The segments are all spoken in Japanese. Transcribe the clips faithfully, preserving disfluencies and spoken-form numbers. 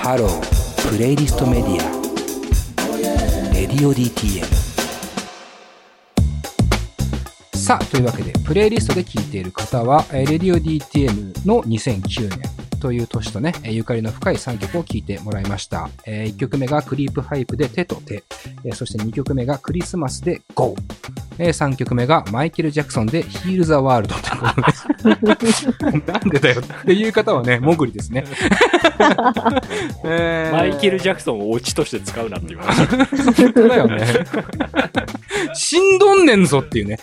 ハロープレイリストメディアレディオ ディーティーエム。 さあというわけでプレイリストで聴いている方はレディオ ディーティーエム のにせんきゅうねんという年とねゆかりの深いさんきょくを聴いてもらいました。いっきょくめがクリープハイプで手と手、そしてにきょくめがクリスマスで ゴー、さんきょくめがマイケル・ジャクソンでヒール・ザ・ワールドということでなんでだよっていう方はね、モグリですね。 えー、マイケル・ジャクソンをオチとして使うなっていう話。 本当だよね。しんどんねんぞっていうね。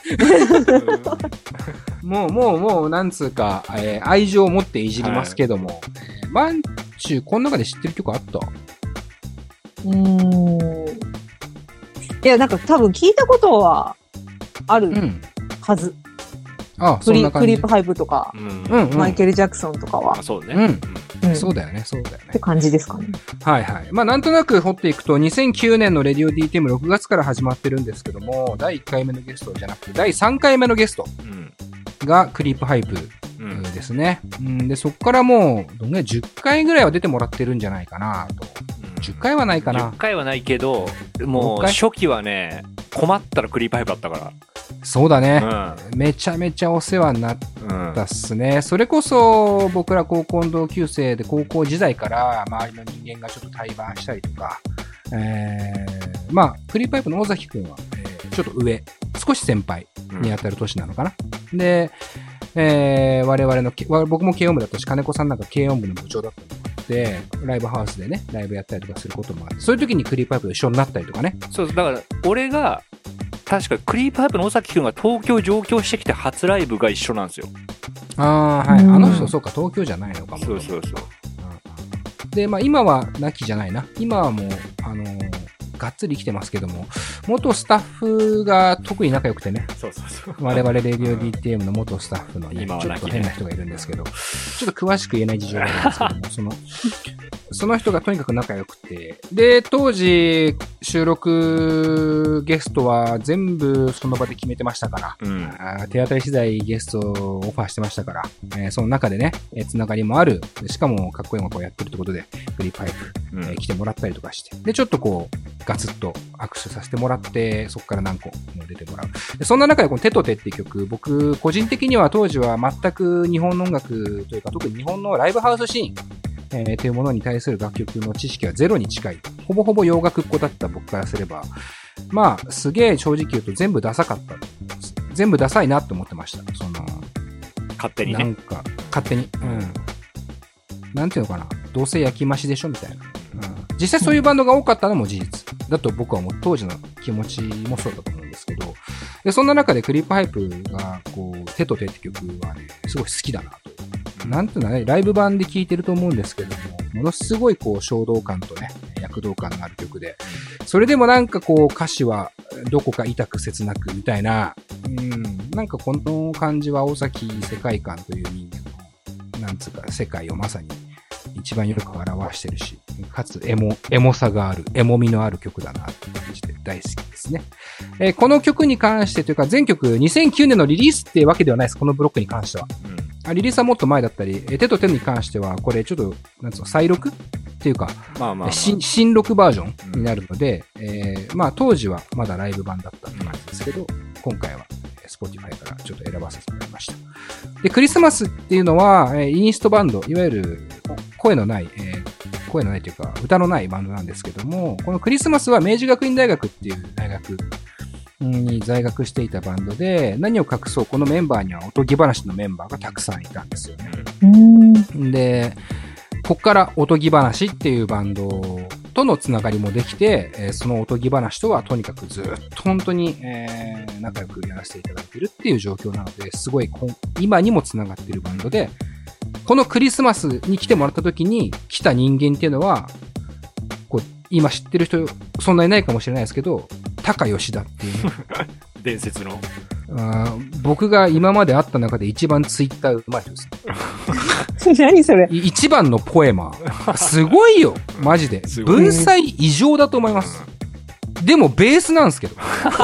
もうもうもうなんつうか、えー、愛情を持っていじりますけども、はい、えー、マンチュこの中で知ってる曲あった？ うーん。いや、なんか多分聞いたことはあるはず。うん、ああ、そんな感じ。クリープハイプとか、うんうん、マイケル・ジャクソンとかは。 あ、そうね。 うん。うん、そうだよね、そうだよね。 って感じですかね。 はいはい。まあなんとなく掘っていくと、にせんきゅうねんのレディオ ディーティーエムろくがつから始まってるんですけども、だいいっかいめのゲストじゃなくて、だいさんかいめのゲストがクリープハイプですね。うん、で、そこからもう、どんぐらいじゅっかいぐらいは出てもらってるんじゃないかなと。じゅっかいはないかな。 じゅっかいはないけど、もう初期はね、困ったらクリープハイプだったから。 そうだね、うん、めちゃめちゃお世話になったっすね、うん、それこそ僕ら高校の同級生で高校時代から周りの人間がちょっと対バンしたりとか、えー、まあクリープハイプの尾崎くんは、えー、ちょっと上少し先輩に当たる年なのかな、うん、で、えー、我々の僕も軽音部だったし金子さんなんか軽音部の部長だったのでライブハウスでねライブやったりとかすることもあって、そういう時にクリープハイプと一緒になったりとかね。 そうだから俺が確かクリープハイプの尾崎くんが東京上京してきて初ライブが一緒なんですよ。 ああ、はい。あの人、そうか、東京じゃないのかも。 そうそうそう。 で、まあ今は亡きじゃないな。今はもう、あのー、がっつり生きてますけども、元スタッフが特に仲良くてね。 そうそうそう。 我々レディオ ディーティーエム の元スタッフの、ね、今はちょっと変な人がいるんですけど、ちょっと詳しく言えない事情があるんですけども、その、その人がとにかく仲良くて、で、当時、収録ゲストは全部その場で決めてましたから、うん、あ手当たり次第ゲストをオファーしてましたから、えー、その中でね、えー、つながりもある、しかもかっこいい音楽をやってるってことで、クリープハイプ、うんえー、来てもらったりとかして、で、ちょっとこう、ガツッと握手させてもらって、そこから何個も出てもらう。でそんな中でこの手と手っていう曲、僕、個人的には当時は全く日本の音楽というか、特に日本のライブハウスシーン、えー、というものに対する楽曲の知識はゼロに近い。ほぼほぼ洋楽っ子だった僕からすれば、まあ、すげえ正直言うと全部ダサかった。全部ダサいなと思ってました。その、 勝手にね。 なんか、勝手に。うん。なんていうのかな。どうせ焼き増しでしょみたいな。うん。実際そういうバンドが多かったのも事実。だと僕はもう当時の気持ちもそうだと思うんですけど、で、そんな中でクリープハイプが、こう、手と手って曲はね、すごい好きだなと。なんていうのね、ライブ版で聴いてると思うんですけども、ものすごいこう衝動感とね、躍動感のある曲で、それでもなんかこう歌詞はどこか痛く切なくみたいな、うん、なんかこの感じは尾崎世界観という人間の、なんつうか世界をまさに一番よく表してるし、かつエモ、エモさがある、エモみのある曲だなって感じで大好きですね。えー、この曲に関してというか全曲にせんきゅうねんのリリースってわけではないです、このブロックに関しては。うんリリースはもっと前だったり、手と手に関しては、これちょっと、なんつうの、再録っていうか、まあまあまあ、新、新録バージョンになるので、うんえー、まあ当時はまだライブ版だったって感じですけど、今回は Spotify からちょっと選ばせてもらいました。で、クリスマスっていうのは、インストバンド、いわゆる声のない、えー、声のないというか、歌のないバンドなんですけども、このクリスマスは明治学院大学っていう大学、に在学していたバンドで、何を隠そうこのメンバーにはおとぎ話のメンバーがたくさんいたんですよね。うんで、こっからおとぎ話っていうバンドとのつながりもできて、えー、そのおとぎ話とはとにかくずっと本当に、えー、仲良くやらせていただいているっていう状況なので、すごい今にもつながっているバンドで、このクリスマスに来てもらった時に来た人間っていうのは、こう今知ってる人そんなにいないかもしれないですけど、高吉田っていう、ね、 伝説のあ僕が今まで会った中で一番ツイッターうまい人ですね。何それ一番のポエマーすごいよマジで文才異常だと思います、うん、でもベースなんですけど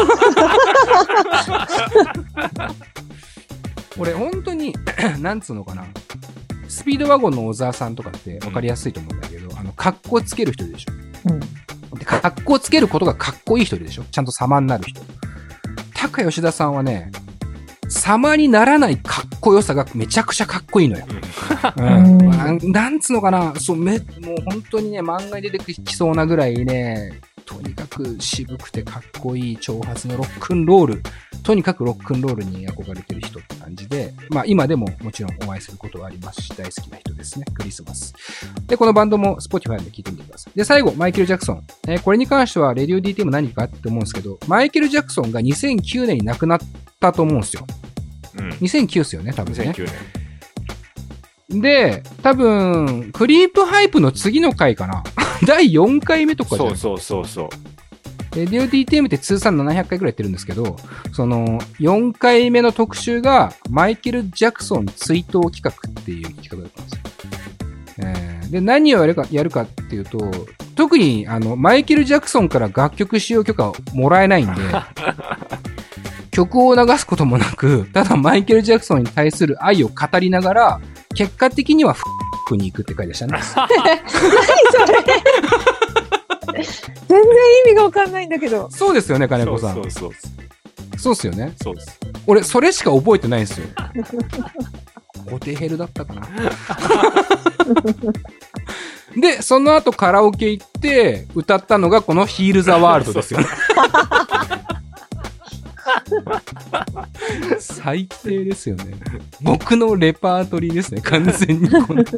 俺本当になんつうのかなスピードワゴンの小沢さんとかって分かりやすいと思うんだけど、うん、 あの、格好つける人いるでしょ。 うん。 で、格好つけることがかっこいい人いるでしょ。ちゃんと様になる人。高吉田さんはね、様にならないかっこよさがめちゃくちゃかっこいいのよ。うん。なん、なんつうのかな、そう、め、もう本当にね、漫画に出てきそうなぐらいね、とにかく渋くてかっこいい長髪のロックンロール。とにかくロックンロールに憧れてる人って感じで、まあ今でももちろんお会いすることはありますし、大好きな人ですね。クリスマス。で、このバンドも Spotify で聴いてみてください。で、最後、マイケル・ジャクソン。えー、これに関しては、レディオ ディーティー も何かって思うんですけど、マイケル・ジャクソンがにせんきゅうねんに亡くなったと思うんですよ。うん。にせんきゅうですよね、多分ね。にせんきゅうねん。で、多分、クリープハイプの次の回かな。だいよんかいめとかじゃない？ そうそうそうそう。 レディオ ディーティーエム って通算ななひゃっかいくらいやってるんですけど、その、よんかいめの特集が、マイケル・ジャクソン追悼企画っていう企画だったんですよ。えー、で、何をやるか、やるかっていうと、特に、あの、マイケル・ジャクソンから楽曲使用許可をもらえないんで、曲を流すこともなく、ただマイケル・ジャクソンに対する愛を語りながら、結果的にはフックに行くって書いてあったんです。何それ全然意味がわかんないんだけど。 そうですよね、金子さん。 そうそうそう。 そうっすよね。 そうです。 俺、それしか覚えてないんですよ。ゴテヘルだったかな。で、その後カラオケ行って、歌ったのがこのヒール・ザ・ワールドですよね。最低ですよね。僕のレパートリーですね、完全にこの。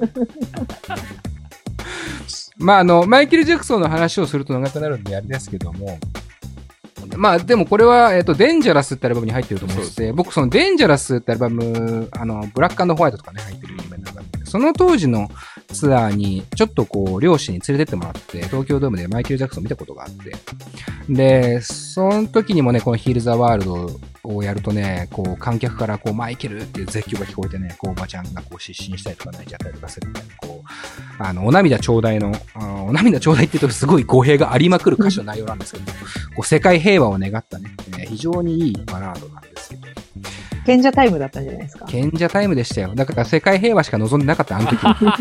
まあ、あの、マイケル・ジャクソンの話をすると長くなるんであれですけども、まあ、でもこれは、えっと、デンジャラスってアルバムに入ってると思うんで、僕そのデンジャラスってアルバム、あの、ブラック&ホワイトとかね、入ってる有名なアルバムで、その当時のツアーに、ちょっとこう、両親に連れてってもらって、東京ドームでマイケル・ジャクソン見たことがあって、で、その時にもね、このヒール・ザ・ワールドをやるとね、こう、観客からこう、マイケルっていう絶叫が聞こえてね、こう、おばちゃんがこう、失神したりとか泣いちゃったりとかするみたいな、こう、あの、お涙ちょうだいの、お涙ちょうだいって言うとすごい語弊がありまくる歌詞の内容なんですけど、こう、世界平和を願ったね、えー、非常にいいバラードなんですけど。 賢者タイムだったんじゃないですか。 賢者タイムでしたよ。だから世界平和しか望んでなかった、あの時。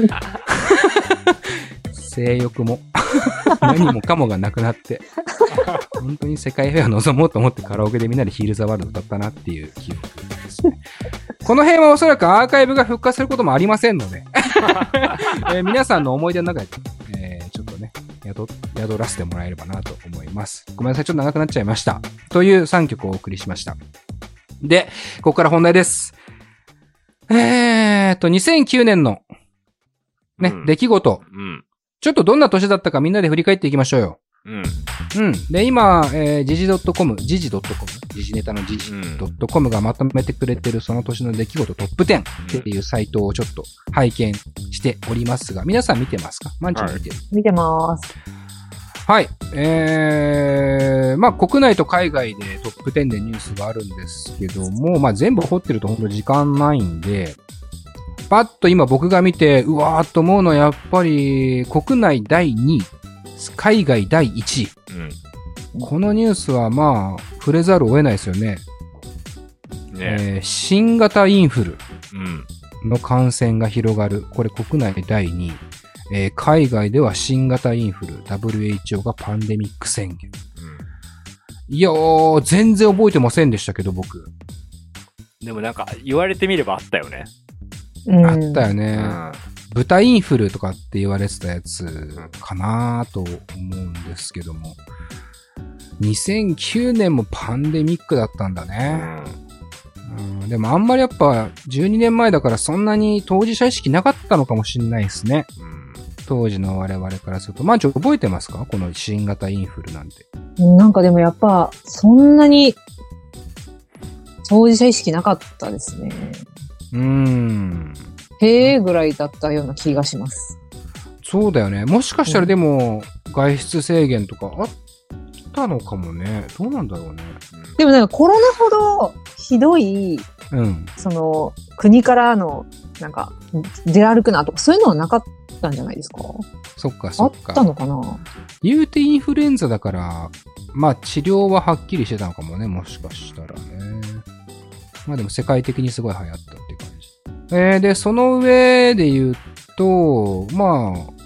性欲も何もかもがなくなって、本当に世界平和望もうと思ってカラオケでみんなでヒール・ザ・ワールド歌ったなっていう記憶ですね。この辺はおそらくアーカイブが復活することもありませんので、えー、皆さんの思い出の中で、えー、ちょっとね、宿、宿らせてもらえればなと思います。ごめんなさい、ちょっと長くなっちゃいました。というさんきょくをお送りしました。で、ここから本題です。えーと、にせんきゅうねんの、ね、うん、出来事。うん、ちょっとどんな年だったかみんなで振り返っていきましょうよ。うん。うん。で、今、えー、ジジ .com、ジジ .com、ジジネタのジジ .com がまとめてくれてるその年の出来事トップじゅうっていうサイトをちょっと拝見しておりますが、皆さん見てますか？マンチョン見てる？ はい、見てます。 はい。えー、まあ国内と海外でトップじゅうでニュースがあるんですけども、まあ全部掘ってるとほんと時間ないんで、パッと今僕が見て、うわーっと思うのはやっぱり国内だいにい、海外だいいちい。うん、このニュースはまあ触れざるを得ないですよね。ねえー、新型インフルの感染が広がる。これ国内だいにい。えー、海外では新型インフル、ダブリューエイチオー がパンデミック宣言。うん、いやー、全然覚えてませんでしたけど、僕。 でもなんか、言われてみればあったよね。 うん、あったよね。うん、豚インフルとかって言われてたやつかなと思うんですけども。にせんきゅうねんもパンデミックだったんだね。うんうん、でもあんまりやっぱじゅうにねんまえだからそんなに当事者意識なかったのかもしれないですね。うん、当時の我々からすると。まあちょっと覚えてますか？この新型インフルなんて。 なんかでもやっぱそんなに当事者意識なかったですね。うーん。へーぐらいだったような気がします。 そうだよね。もしかしたらでも外出制限とかあったのかもね。どうなんだろうね。 でもなんかコロナほどひどい、うん、その国からのなんか出歩くなとかそういうのはなかったんじゃないですか？ そっかそっか。 あったのかな？ 言うてインフルエンザだから、まあ治療ははっきりしてたのかもね。もしかしたらね。まあでも世界的にすごい流行ったっていう感じ。えー、で、その上で言うと、まあ、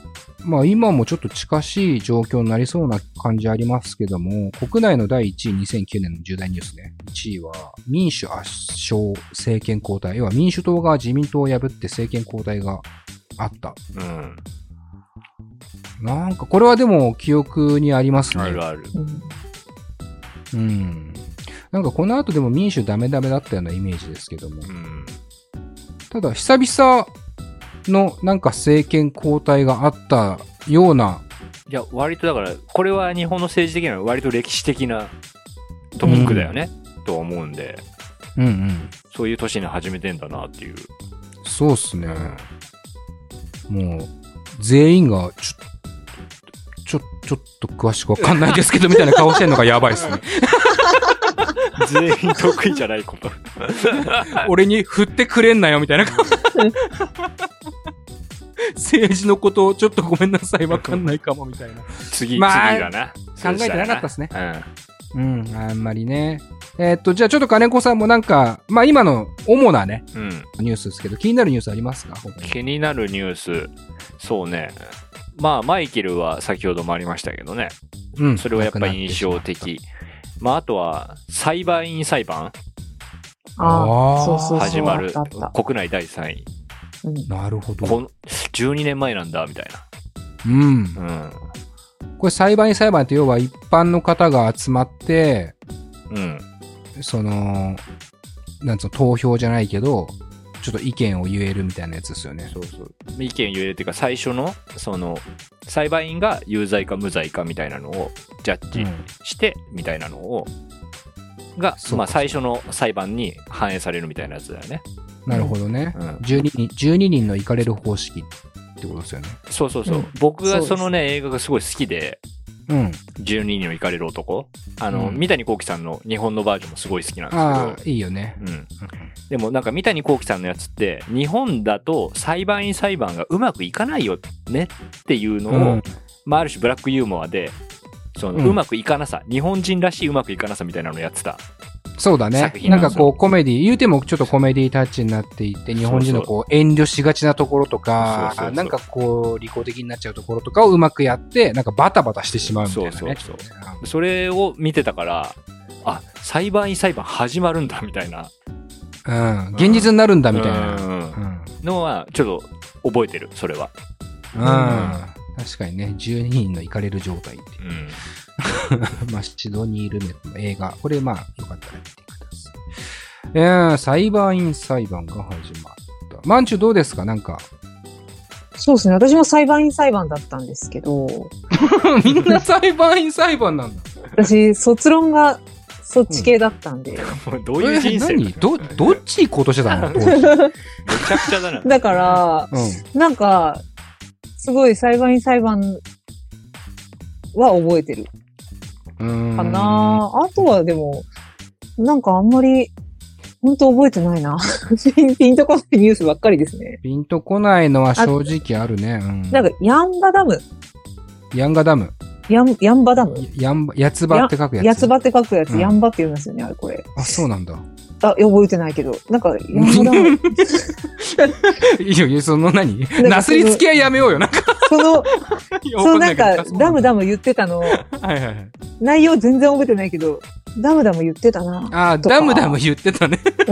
まあ今もちょっと近しい状況になりそうな感じありますけども、国内のだいいちいにせんきゅうねんの重大ニュースね。いちいは民主圧勝政権交代。要は民主党が自民党を破って政権交代があった。うん。なんかこれはでも記憶にありますね。 あるある。 うん。なんかこの後でも民主ダメダメだったようなイメージですけども。うん、ただ久々のなんか政権交代があったような。 いや、割とだから、これは日本の政治的には割と歴史的なトピックだよね、うん、と思うんで。うんうん。そういう年に始めてんだなっていう。 そうっすね。うん、もう、全員がちょ、ちょ、ちょっと詳しくわかんないですけど、みたいな顔してんのがやばいっすね。 全員得意じゃないこと。 俺に振ってくれんなよ、みたいな顔。政治のことをちょっとごめんなさい、わかんないかも、みたいな。 次、まあ、次だな。 考えてなかったですね。うん。うん、あんまりね。えー、っと、じゃあちょっと金子さんもなんか、まあ今の主なね、うん、ニュースですけど、気になるニュースありますか？ 気になるニュース、そうね。まあ、マイケルは先ほどもありましたけどね。うん。それはやっぱり印象的。まあ、あとは、裁判員裁判ああ、そうそうそう。 始まる。国内だいさんい。 うん、なるほど。 このじゅうにねんまえなんだ、みたいな。 うん。うん。これ裁判員裁判って要は一般の方が集まって、うん。その、なんつうの、投票じゃないけど、ちょっと意見を言えるみたいなやつですよね。 そうそう。意見言えるっていうか、最初の、その、裁判員が有罪か無罪かみたいなのをジャッジして、みたいなのを、うん、が、まあ最初の裁判に反映されるみたいなやつだよね。 なるほどね。うん、じゅうににん、じゅうににんの行かれる方式ってことですよね。 そうそうそう。うん、僕がそのね、映画がすごい好きで、うん。じゅうににんの行かれる男。あの、うん、三谷幸喜さんの日本のバージョンもすごい好きなんですけど。ああ、いいよね。 うん。でもなんか三谷幸喜さんのやつって、日本だと裁判員裁判がうまくいかないよねっていうのを、うん、まあある種ブラックユーモアで、その、うん、うまくいかなさ、日本人らしいうまくいかなさみたいなのをやってた。 そうだね。なんかこうコメディ、言うてもちょっとコメディタッチになっていて、日本人のこう遠慮しがちなところとか、そうそうそうなんかこう利己的になっちゃうところとかをうまくやって、なんかバタバタしてしまうみたいなね。そうそうそう。 それを見てたから、あ、裁判員裁判始まるんだみたいな。 うん。現実になるんだみたいな。うん。 のはちょっと覚えてる、それは。 うん。確かにね、じゅうににんの行かれる状態っていう。うんまあ、シドニー・ルメットの映画。これ、まあ、よかったら見てください。えー、裁判員裁判が始まった。マンチュどうですかなんか。 そうですね。私も裁判員裁判だったんですけど。 みんな裁判員裁判なんだ。 私、卒論がそっち系だったんで。 うん、どういう人生、 えー、何ど、どっち行こうとしてたの当時めちゃくちゃだな。 だから、うん、なんか、すごい裁判員裁判は覚えてる。かなあとはでも、なんかあんまり、ほんと覚えてないな。ピンとこないニュースばっかりですね。 ピンとこないのは正直あるね。うん、 なんか、ヤンバダム。 ヤンガダム。 ヤン、ヤンバダムヤンバ、ヤツバって書くやつ。 ヤツバって書くやつ、うん、ヤンバって言うんですよね、あれこれ。 あ、そうなんだ。 あ、覚えてないけど。なんか、ヤンバダム。 いいよ、いいよ、その何なすりつきはやめようよ、なんか。その、そのなんか、ダムダム言ってたの。はいはいはい。内容全然覚えてないけど、ダムダム言ってたな。 ああ、ダムダム言ってたね。うん。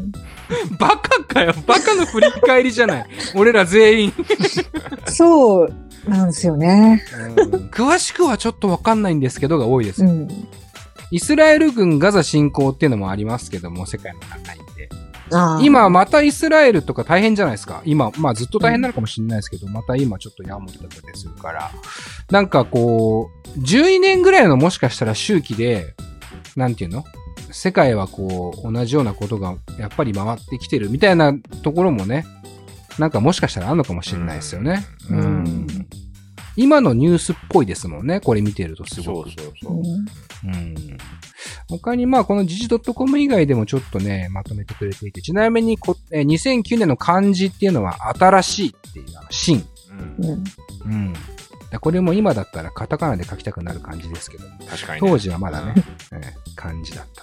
バカかよ。バカの振り返りじゃない。俺ら全員。 そうなんですよね、 うん。詳しくはちょっとわかんないんですけどが多いです。うん、イスラエル軍ガザ侵攻っていうのもありますけども、世界の中に。今またイスラエルとか大変じゃないですか。今、まあずっと大変なのかもしれないですけど、うん、また今ちょっとヤモリだったりするから。なんかこう、じゅうにねんぐらいのもしかしたら周期で、なんていうの？世界はこう、同じようなことがやっぱり回ってきてるみたいなところもね、なんかもしかしたらあるのかもしれないですよね。うん。うん、今のニュースっぽいですもんね。これ見てるとすごく。そうそうそう。うん。他にまあこの時事 .com 以外でもちょっとね、まとめてくれていて、ちなみにこえにせんきゅうねんの漢字っていうのは新しいっていう、新。うん。うん。これも今だったらカタカナで書きたくなる漢字ですけど、確かにね、当時はまだね、えー、漢字だったということで。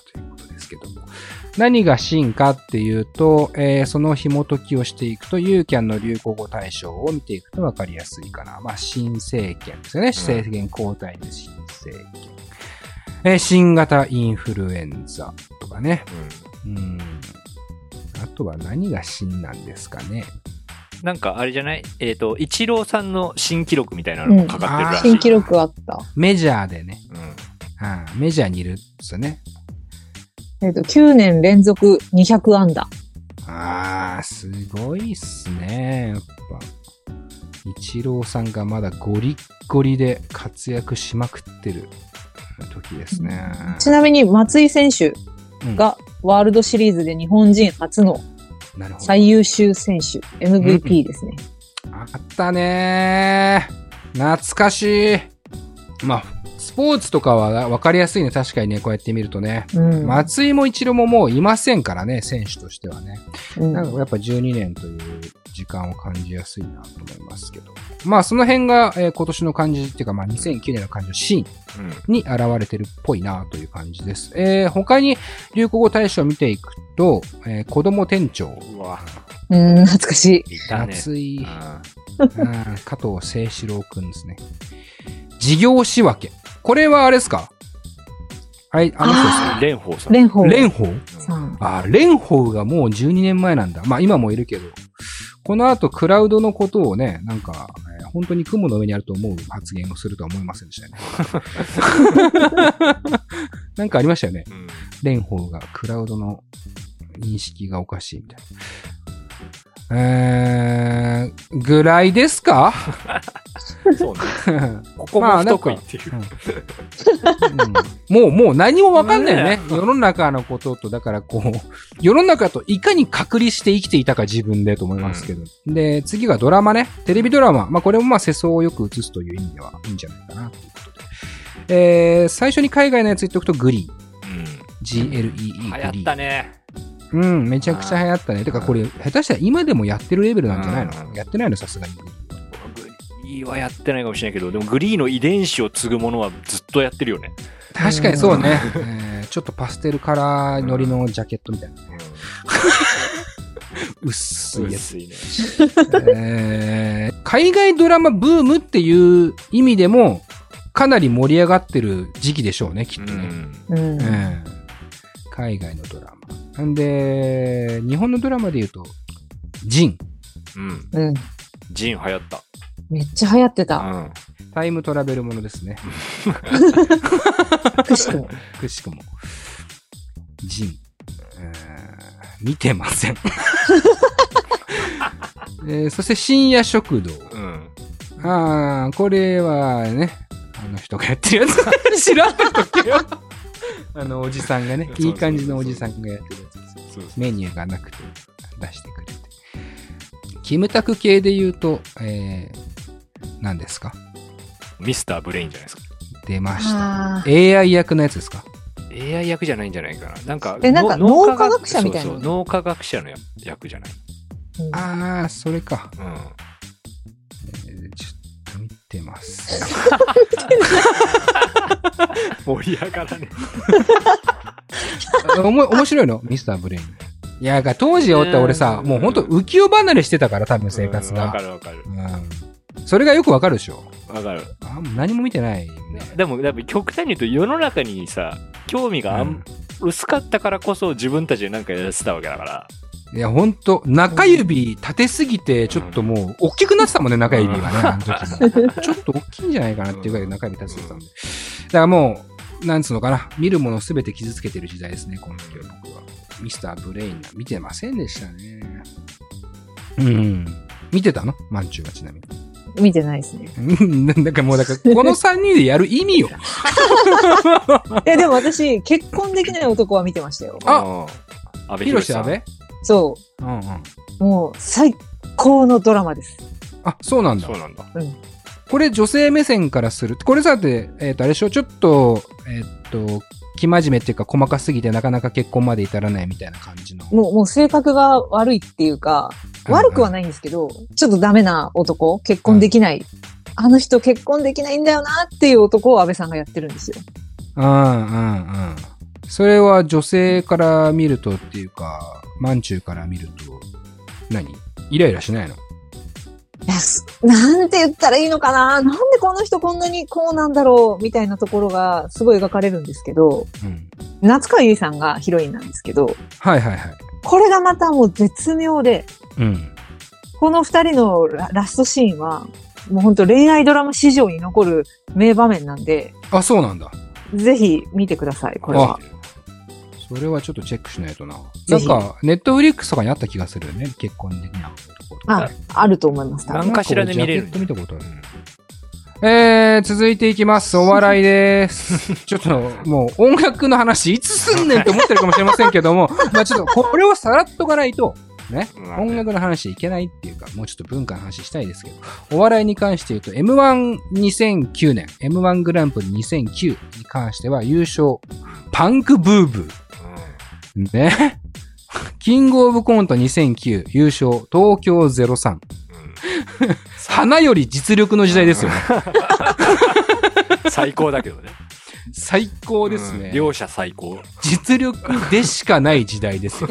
ですけども。何が新かっていうと、えー、その紐解きをしていくと、ユーキャンの流行語大賞を見ていくと分かりやすいかな。まあ、新政権ですよね。政権交代の新政権。えー、新型インフルエンザとかね。うん。うん。あとは何が新なんですかね。 なんかあれじゃないえっ、ー、と、イチローさんの新記録みたいなのもかかってるらしい。 うん、新記録あった。 メジャーでね。うん。ああメジャーにいるんですよね。 えっと、きゅうねん連続にひゃくあんだ。 ああ、すごいっすね。やっぱ。イチローさんがまだゴリッゴリで活躍しまくってる時ですね。 ちなみに松井選手がワールドシリーズで日本人初の最優秀選手、エムブイピー ですね。 うんうん、あったねー。懐かしい。まあ、スポーツとかは分かりやすいね。確かにね、こうやって見るとね。うん、松井もイチローももういませんからね、選手としてはね。うん、なんかやっぱじゅうにねんという時間を感じやすいなと思いますけど。まあその辺が、えー、今年の漢字っていうか、まあにせんきゅうねんの漢字のシーンに現れてるっぽいなという感じです。えー、他に流行語大賞を見ていくと、えー、子供店長。 うわ。うん、懐かしい。 いたね、熱い。加藤清志郎くんですね。事業仕分け。これはあれですか？はい、あの人ですね。蓮舫さん。 蓮舫。 蓮舫？あ、蓮舫がもうじゅうにねんまえなんだ。まあ今もいるけど。この後クラウドのことをね、なんか、えー、本当に雲の上にあると思う発言をするとは思いませんでしたよね。なんかありましたよね。蓮舫がクラウドの認識がおかしいみたいな。えー、ぐらいですか？ そうね。ここも不得意っていう、まあうんうん。もう、もう何もわかんないよね。世の中のことと、だからこう、世の中といかに隔離して生きていたか自分でと思いますけど。うん、で、次がドラマね。テレビドラマ。まあこれもまあ世相をよく映すという意味ではいいんじゃないかなということで。えー、最初に海外のやつ言っておくとグリー。うん、ジーエルイーイー グリー。 流行ったね。 うん、めちゃくちゃ流行ったね。てかこれ、下手したら今でもやってるレベルなんじゃないの？やってないのさすがに。 グリーはやってないかもしれないけど、でもグリーの遺伝子を継ぐものはずっとやってるよね。 確かにそうね。えー、ちょっとパステルカラーのりのジャケットみたいなね。うん、薄いやつ。薄いね。えー、海外ドラマブームっていう意味でも、かなり盛り上がってる時期でしょうね、きっとね。うんうんえー、海外のドラマ。んで、日本のドラマで言うと、ジン。 うん。うん。ジン流行った。 めっちゃ流行ってた。うん。 タイムトラベルものですね。 くしくも。 くしくも。ジン。えー、見てません。えー、そして深夜食堂。うん。ああ、これはね、あの人がやってるやつ。知らんとけよ。あの、おじさんがね、いい感じのおじさんがやってるやつですよ。メニューがなくて出してくれて。キムタク系で言うと、えー、何ですか？ ミスターブレインじゃないですか。 出ました。エーアイ 役のやつですか？ エーアイ 役じゃないんじゃないかな。なんか、 え、なんか脳科学者みたいな。 そうそう、脳科学者の役じゃない。 うん、ああ、それか。うん。えー、ちょっと見てます。 盛り上がらね。 おも面白いのミスターブレイン。いや、当時おった俺さ、もうほんと浮世離れしてたから、多分生活が。 わかるわかる。 うん。それがよくわかるでしょ。 わかる。 あ何も見てないね。 でも、でも極端に言うと世の中にさ、興味があん、うん、薄かったからこそ自分たちでなんかやってたわけだから。 いや、ほんと、中指立てすぎて、ちょっともう、大きくなってたもんね、中指がね、あの時も。ちょっと大きいんじゃないかなっていうぐらい中指立ててたんで。だからもう、なんつうのかな、見るものすべて傷つけてる時代ですね、この時は僕は。ミスターブレインは見てませんでしたね。うん。見てたの？マンチューはちなみに。 見てないですね。 なんかもう、だから、このさんにんでやる意味よ。 いや、でも私、結婚できない男は見てましたよ。 あ安倍博士安倍そう。うんうん。もう、最高のドラマです。 あ、そうなんだ。 そうなんだ。 うん。 これ女性目線からする。これさて、えっと、あれでしょちょっと、えっと、生真面目っていうか細かすぎてなかなか結婚まで至らないみたいな感じの。 もう、もう性格が悪いっていうか、悪くはないんですけど、うんうん、ちょっとダメな男、結婚できない、うん。あの人結婚できないんだよなっていう男を安倍さんがやってるんですよ。 うんうんうん。 それは女性から見るとっていうか、マンチューから見ると、何？イライラしないの？ いや、なんて言ったらいいのかな？なんでこの人こんなにこうなんだろうみたいなところがすごい描かれるんですけど、うん、夏川由衣さんがヒロインなんですけど、 はいはいはい。 これがまたもう絶妙で、 うん、 この二人の ラ, ラストシーンは、もう本当恋愛ドラマ史上に残る名場面なんで、 あ、そうなんだ。 ぜひ見てください、これは。 それはちょっとチェックしないとな。なんか、ネットフリックスとかにあった気がするよね。結婚できなあ、あると思います。 何かしらで見れる。 ジャケット見たことある。えー、続いていきます。お笑いです。ちょっと、もう音楽の話いつすんねんって思ってるかもしれませんけども、まあちょっとこれをさらっとかないと、ね、音楽の話いけないっていうか、もうちょっと文化の話したいですけど、お笑いに関して言うと エムワンにせんきゅう 年、エムワン グランプリにせんきゅうに関しては優勝、パンクブーブー。ね。キングオブコントにせんきゅう優勝、東京ゼロさん。うん、花より実力の時代ですよね。 最高だけどね。 最高ですね、 うん。両者最高。 実力でしかない時代ですよ。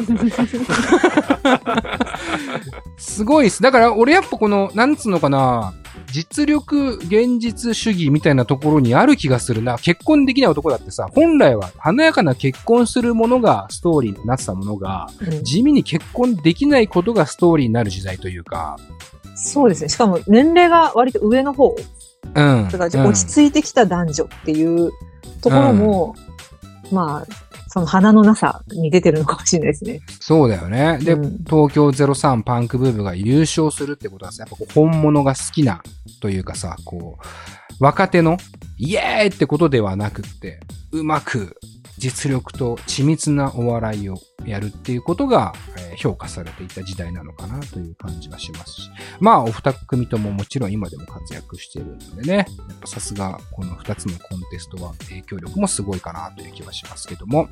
すごいです。だから俺やっぱこの、なんつうのかな、実力現実主義みたいなところにある気がするな。結婚できない男だってさ、本来は華やかな結婚するものがストーリーになってたものが、うん、地味に結婚できないことがストーリーになる時代というか。 そうですね。しかも年齢が割と上の方。うん。だから落ち着いてきた男女っていうところも、うん、まあ、その花のなさに出てるのかもしれないですね。 そうだよね。で、うん、東京ゼロさんパンクブーブが優勝するってことはさ、やっぱこう本物が好きなというかさ、こう、若手のイエーイってことではなくって、うまく実力と緻密なお笑いをやるっていうことが、えー、評価されていた時代なのかなという感じはしますし。まあ、お二組とももちろん今でも活躍しているのでね、やっぱさすがこの二つのコンテストは影響力もすごいかなという気はしますけども。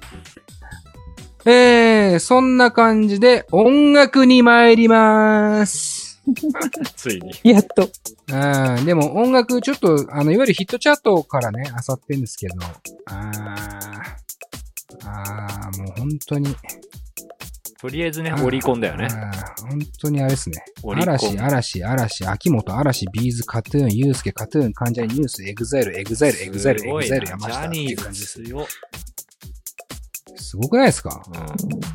えー、そんな感じで音楽に参ります。 ついに。 やっと。 うん、でも音楽ちょっと、あの、いわゆるヒットチャートからね、漁ってんですけど、あー、あー、もう本当に。 とりあえずね、オリコンだよね。 本当にあれですね。嵐、嵐、嵐、秋元、嵐、ビーズ、カトゥーン、ユースケ、カトゥーン、関ジャニ、ニュース、エグザイル、エグザイル、エグザイル、エグザイル、山下っていう感じですよ。すごくないですか？うん、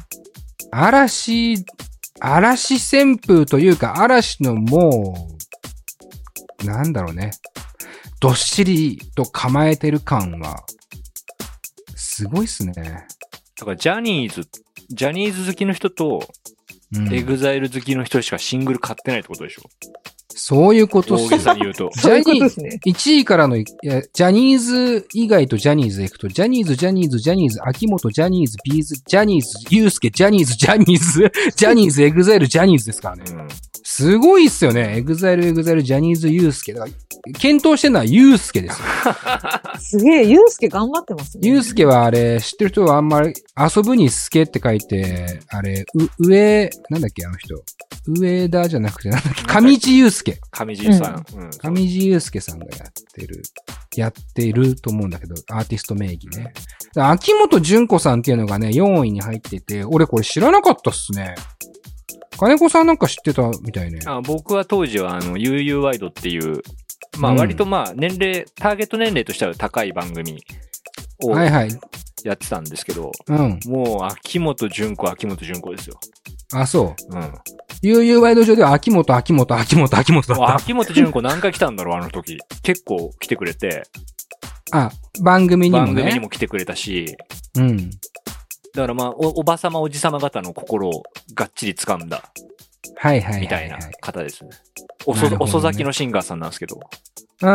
嵐、嵐旋風というか、嵐のもう、なんだろうね。どっしりと構えてる感は、すごいっすね。だからジャニーズ、ジャニーズ好きの人と、うん、エグザイル好きの人しかシングル買ってないってことでしょ？ そういうことっすね。 大げさに言うと。 ジャニーズ、いちいからの、いや、ジャニーズ以外とジャニーズでいくと、ジャニーズ、ジャニーズ、ジャニーズ、秋元、ジャニーズ、ビーズ、ジャニーズ、ユースケ、ジャニーズ、ジャニーズ、ジャニーズ、エグザイル、ジャニーズですからね。うん、すごいっすよね。エグザイル、エグザイル、ジャニーズ、ユースケ。だから検討してるのはユースケですよ。 すげえ、ユースケ頑張ってますね。 ユースケはあれ、知ってる人はあんまり、遊ぶにスケって書いて、あれ、う、上、なんだっけ、あの人。上田じゃなくて、なんだっけ、上地雄介。 上地さん。 うん、上地雄介さんがやってる、やっていると思うんだけど、アーティスト名義ね。秋元純子さんっていうのがね、よんいに入ってて、俺これ知らなかったっすね。金子さんなんか知ってたみたいね。 あ、僕は当時は、あの、ユーユーワイドっていう、まあ割とまあ年齢、うん、ターゲット年齢としては高い番組をやってたんですけど、 はいはい、うん、 もう秋元純子、秋元純子ですよ。 あ、そう。 うん。 ユーユーワイド上では秋元、秋元、秋元、秋元だった。 秋元純子何回来たんだろう、あの時。結構来てくれて。 あ、番組にもね。 番組にも来てくれたし。 うん。 だからまあ、お、おばさまおじさま方の心をがっちり掴んだ。 はいはいはい、はい。 みたいな方ですね。遅、ね、遅咲きのシンガーさんなんですけど。 うん、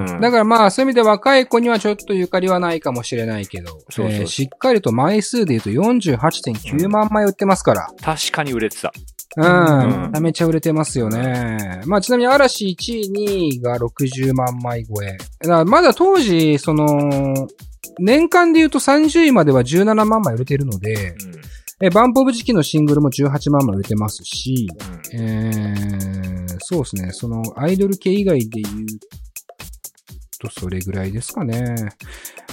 うん。だからまあ、そういう意味で若い子にはちょっとゆかりはないかもしれないけど、そうそう、えー、しっかりと枚数で言うと よんじゅうはちてんきゅうまんまい売ってますから。 うん、確かに売れてた。 うん。めちゃめちゃ売れてますよね。まあちなみに嵐いちい、にいがろくじゅうまんまい超え。だからまだ当時、その、年間で言うとさんじゅういまではじゅうななまんまい売れてるので、うん、えバンプオブ時期のシングルもじゅうはちまんまい売れてますし、うん、えー、そうですね。そのアイドル系以外で言うとそれぐらいですかね。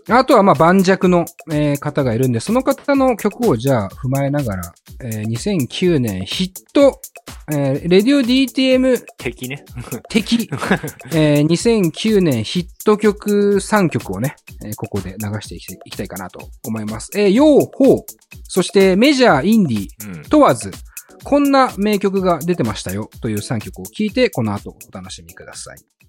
あとは、ま、盤石の、えー、方がいるんで、その方の曲をじゃあ踏まえながら、えー、にせんきゅうねんヒット、えー、レディオ ディーティーエム敵ね。 敵、えー、にせんきゅうねんヒット曲さんきょくをね、えー、ここで流していきたいかなと思います。えー、ヨーホー、そしてメジャー、インディー、問わず、こんな名曲が出てましたよというさんきょくを聞いて、この後お楽しみください。